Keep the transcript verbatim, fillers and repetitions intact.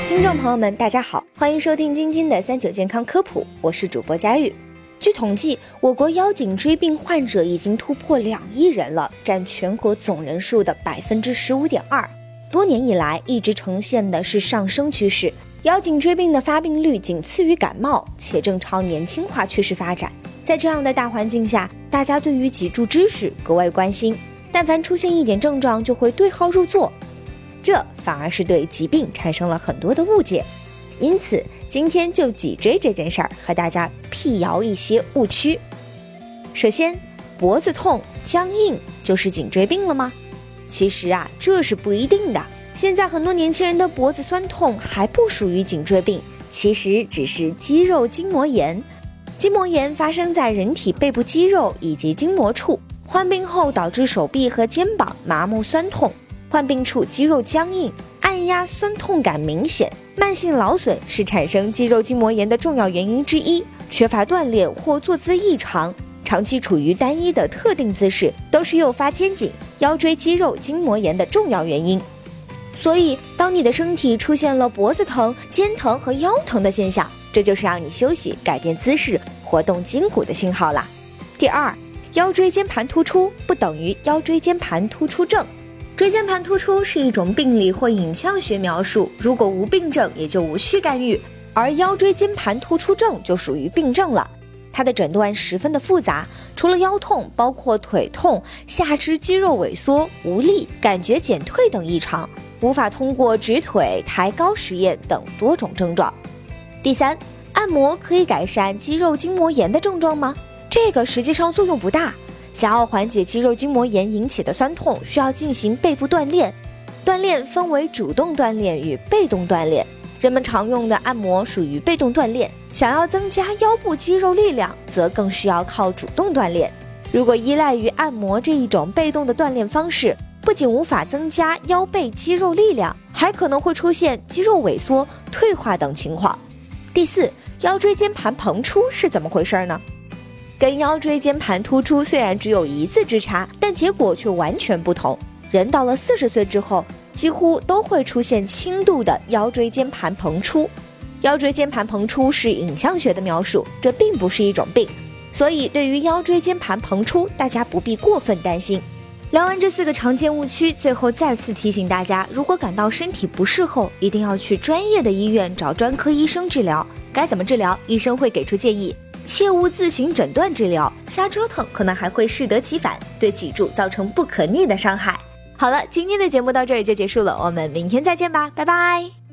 听众朋友们大家好，欢迎收听今天的三九健康科普，我是主播佳玉。据统计，我国腰颈椎病患者已经突破两亿人了，占全国总人数的 百分之十五点二。 多年以来一直呈现的是上升趋势，腰颈椎病的发病率仅次于感冒，且正朝年轻化趋势发展。在这样的大环境下，大家对于脊柱知识格外关心，但凡出现一点症状就会对号入座，这反而是对疾病产生了很多的误解。因此今天就脊椎这件事儿和大家辟谣一些误区。首先，脖子痛僵硬就是颈椎病了吗？其实啊，这是不一定的。现在很多年轻人的脖子酸痛还不属于颈椎病，其实只是肌肉筋膜炎。筋膜炎发生在人体背部肌肉以及筋膜处，患病后导致手臂和肩膀麻木酸痛，患病处肌肉僵硬，按压酸痛感明显。慢性劳损是产生肌肉筋膜炎的重要原因之一，缺乏锻炼或坐姿异常，长期处于单一的特定姿势，都是诱发肩颈、腰椎肌肉筋膜炎的重要原因。所以当你的身体出现了脖子疼、肩疼和腰疼的现象，这就是让你休息、改变姿势、活动筋骨的信号啦。第二，腰椎间盘突出不等于腰椎间盘突出症。椎间盘突出是一种病理或影像学描述，如果无病症也就无需干预，而腰椎间盘突出症就属于病症了。它的诊断十分的复杂，除了腰痛，包括腿痛、下肢肌肉萎缩、无力、感觉减退等异常，无法通过直腿、抬高实验等多种症状。第三，按摩可以改善肌肉筋膜炎的症状吗？这个实际上作用不大。想要缓解肌肉筋膜炎引起的酸痛，需要进行背部锻炼。锻炼分为主动锻炼与被动锻炼。人们常用的按摩属于被动锻炼，想要增加腰部肌肉力量，则更需要靠主动锻炼。如果依赖于按摩这一种被动的锻炼方式，不仅无法增加腰背肌肉力量，还可能会出现肌肉萎缩、退化等情况。第四，腰椎间盘膨出是怎么回事呢？跟腰椎间盘突出虽然只有一字之差，但结果却完全不同。人到了四十岁之后，几乎都会出现轻度的腰椎间盘膨出。腰椎间盘膨出是影像学的描述，这并不是一种病，所以对于腰椎间盘膨出，大家不必过分担心。聊完这四个常见误区，最后再次提醒大家，如果感到身体不适后，一定要去专业的医院找专科医生治疗。该怎么治疗，医生会给出建议，切勿自行诊断治疗，瞎折腾可能还会适得其反，对脊柱造成不可逆的伤害。好了，今天的节目到这里就结束了，我们明天再见吧，拜拜。